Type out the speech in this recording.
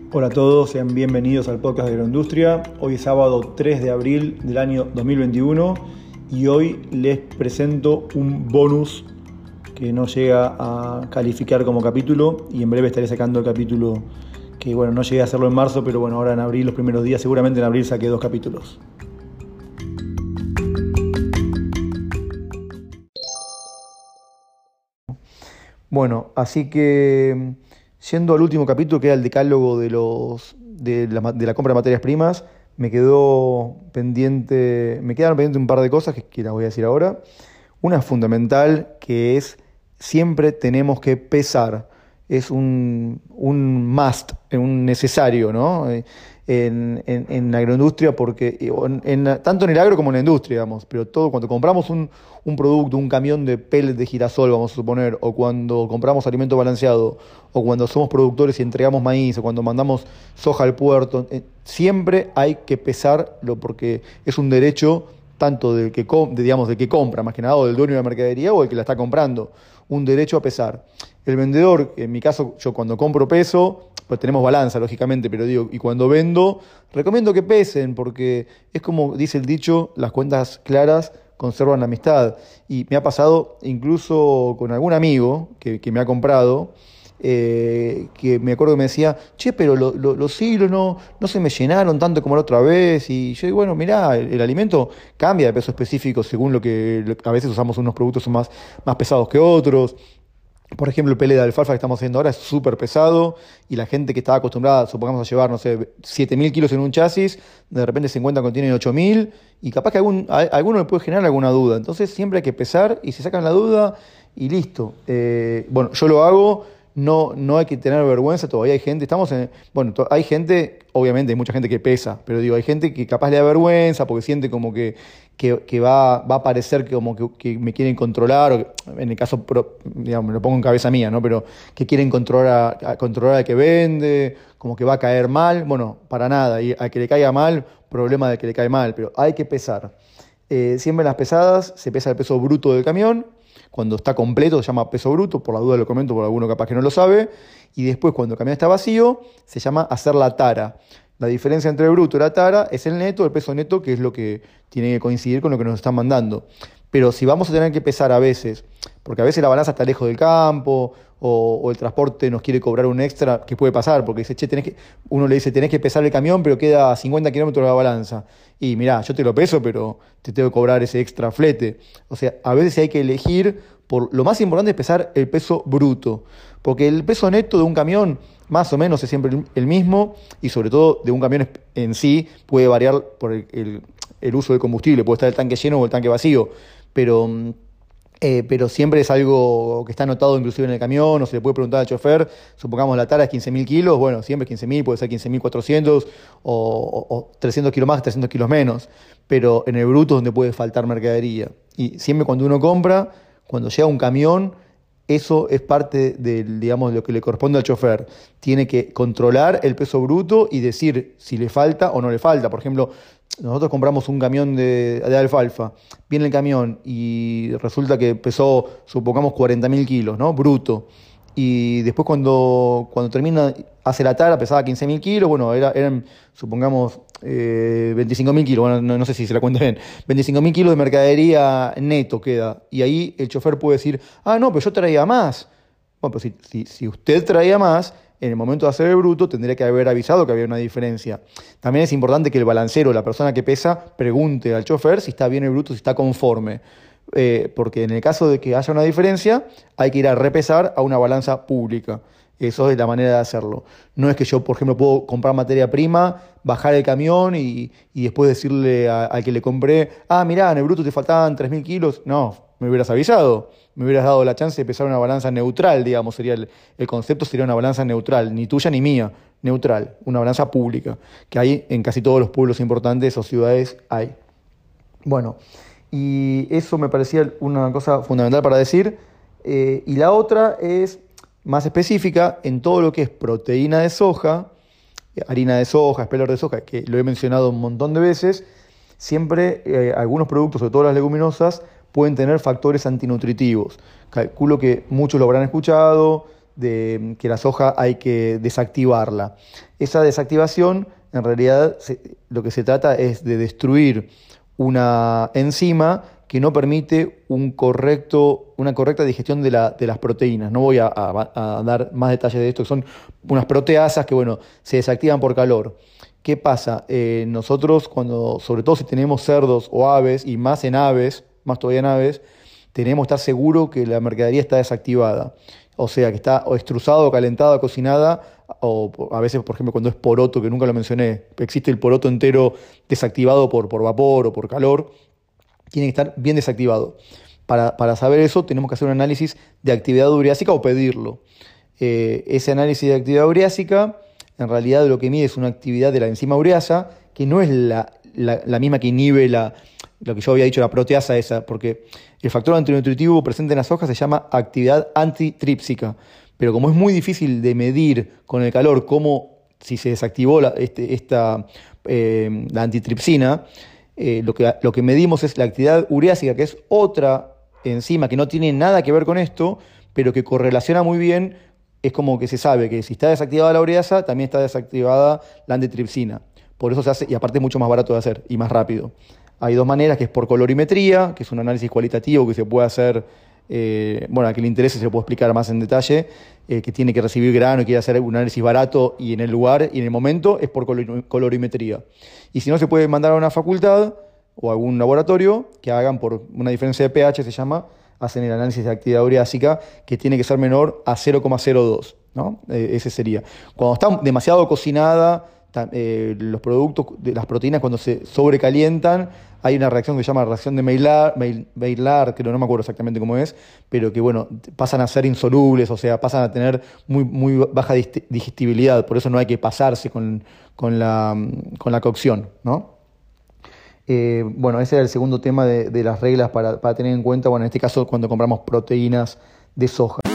Hola a todos, sean bienvenidos al podcast de Agroindustria. Hoy es sábado 3 de abril del año 2021 y hoy les presento un bonus que no llega a calificar como capítulo y en breve estaré sacando el capítulo que no llegué a hacerlo en marzo, pero ahora en abril, los primeros días, seguramente en abril saqué 2 capítulos. Así que yendo al último capítulo, que era el decálogo de la compra de materias primas, me quedaron pendiente un par de cosas que las voy a decir ahora. Una fundamental, que es siempre tenemos que pesar. Es un must, un necesario, ¿no? En la agroindustria, porque tanto en el agro como en la industria, digamos, pero todo cuando compramos un producto, un camión de pellet de girasol, vamos a suponer, o cuando compramos alimento balanceado, o cuando somos productores y entregamos maíz, o cuando mandamos soja al puerto, siempre hay que pesarlo porque es un derecho tanto del que compra, más que nada, o del dueño de la mercadería o el que la está comprando, un derecho a pesar. El vendedor, en mi caso, yo cuando compro peso, pues tenemos balanza, lógicamente, pero digo, y cuando vendo, recomiendo que pesen, porque es como dice el dicho, las cuentas claras conservan la amistad. Y me ha pasado incluso con algún amigo que me ha comprado, que me acuerdo que me decía, che, pero los hilos no se me llenaron tanto como la otra vez. Y yo digo, mirá, el alimento cambia de peso específico según a veces usamos unos productos más pesados que otros. Por ejemplo, el pellet de alfalfa que estamos haciendo ahora es súper pesado y la gente que estaba acostumbrada, supongamos, a llevar, 7.000 kilos en un chasis, de repente se encuentra que tienen 8.000 y capaz que a alguno le puede generar alguna duda. Entonces siempre hay que pesar y se sacan la duda y listo. Yo lo hago, no hay que tener vergüenza, todavía hay gente, hay gente, obviamente hay mucha gente que pesa, pero digo, hay gente que capaz le da vergüenza porque siente como que va a parecer que me quieren controlar, o en el caso, digamos, me lo pongo en cabeza mía, ¿no? Pero que quieren controlar al que vende, como que va a caer mal. Para nada, y al que le caiga mal, problema de que le cae mal, pero hay que pesar. Siempre en las pesadas se pesa el peso bruto del camión. Cuando está completo se llama peso bruto, por la duda lo comento por alguno capaz que no lo sabe, y después cuando el camión está vacío se llama hacer la tara. La diferencia entre el bruto y la tara es el neto, el peso neto, que es lo que tiene que coincidir con lo que nos están mandando. Pero si vamos a tener que pesar a veces, porque a veces la balanza está lejos del campo, o el transporte nos quiere cobrar un extra, que puede pasar, porque dice, uno le dice, tenés que pesar el camión, pero queda a 50 kilómetros de la balanza. Y mirá, yo te lo peso, pero te tengo que cobrar ese extra flete. O sea, a veces hay que elegir, lo más importante es pesar el peso bruto, porque el peso neto de un camión más o menos es siempre el mismo, y sobre todo de un camión en sí puede variar por el uso del combustible, puede estar el tanque lleno o el tanque vacío, pero siempre es algo que está anotado inclusive en el camión, o se le puede preguntar al chofer, supongamos la tara es 15.000 kilos, siempre es 15.000, puede ser 15.400 o 300 kilos más, 300 kilos menos, pero en el bruto es donde puede faltar mercadería. Y siempre cuando uno compra, cuando llega un camión, eso es parte de lo que le corresponde al chofer. Tiene que controlar el peso bruto y decir si le falta o no le falta. Por ejemplo, nosotros compramos un camión de alfalfa, viene el camión y resulta que pesó, supongamos, 40.000 kilos, ¿no? Bruto. Y después cuando termina, hace la tara, pesaba 15.000 kilos, eran, supongamos, 25.000 kilos, no sé si se la cuenta bien, 25.000 kilos de mercadería neto queda. Y ahí el chofer puede decir, no, pero yo traía más. Pues si usted traía más, en el momento de hacer el bruto tendría que haber avisado que había una diferencia. También es importante que el balancero, la persona que pesa, pregunte al chofer si está bien el bruto, si está conforme. Porque en el caso de que haya una diferencia, hay que ir a repesar a una balanza pública. Eso es la manera de hacerlo. No es que yo, por ejemplo, puedo comprar materia prima, bajar el camión y después decirle al que le compré, mirá, en el bruto te faltaban 3.000 kilos. No, me hubieras avisado, me hubieras dado la chance de pesar una balanza neutral, digamos, sería el concepto sería una balanza neutral, ni tuya ni mía, neutral, una balanza pública, que hay en casi todos los pueblos importantes o ciudades hay. Y eso me parecía una cosa fundamental para decir. Y la otra es más específica en todo lo que es proteína de soja, harina de soja, espeler de soja, que lo he mencionado un montón de veces. Siempre algunos productos, sobre todo las leguminosas, pueden tener factores antinutritivos. Calculo que muchos lo habrán escuchado, de que la soja hay que desactivarla. Esa desactivación, en realidad, lo que se trata es de destruir una enzima que no permite una correcta digestión de las proteínas. No voy a dar más detalles de esto, que son unas proteasas que, bueno, se desactivan por calor. ¿Qué pasa? Nosotros, sobre todo si tenemos cerdos o aves, y más en aves, más todavía en aves, tenemos que estar seguros que la mercadería está desactivada. O sea, que está o extrusada, o calentada, o cocinada, o a veces, por ejemplo, cuando es poroto, que nunca lo mencioné, existe el poroto entero desactivado por vapor o por calor, tiene que estar bien desactivado. Para saber eso tenemos que hacer un análisis de actividad ureásica o pedirlo. Ese análisis de actividad ureásica, en realidad lo que mide es una actividad de la enzima ureasa, que no es la misma que inhibe lo que yo había dicho, la proteasa esa, porque el factor antinutritivo presente en la soja se llama actividad antitrípsica, pero como es muy difícil de medir con el calor si se desactivó la antitripsina, lo que medimos es la actividad ureásica, que es otra enzima que no tiene nada que ver con esto, pero que correlaciona muy bien. Es como que se sabe que si está desactivada la ureasa, también está desactivada la antitripsina. Por eso se hace, y aparte es mucho más barato de hacer y más rápido. Hay dos maneras, que es por colorimetría, que es un análisis cualitativo que se puede hacer, a quien le interese se lo puedo explicar más en detalle, que tiene que recibir grano y quiere hacer un análisis barato y en el lugar y en el momento, es por colorimetría. Y si no, se puede mandar a una facultad o a algún laboratorio que hagan por una diferencia de pH, hacen el análisis de actividad ureásica, que tiene que ser menor a 0,02, ¿no? Ese sería. Cuando está demasiado cocinada, los productos, las proteínas, cuando se sobrecalientan, hay una reacción que se llama reacción de Maillard, que no me acuerdo exactamente cómo es, pero que, bueno, pasan a ser insolubles, o sea, pasan a tener muy, muy baja digestibilidad. Por eso no hay que pasarse con la cocción, ¿no? Ese era el segundo tema de las reglas para tener en cuenta, en este caso, cuando compramos proteínas de soja.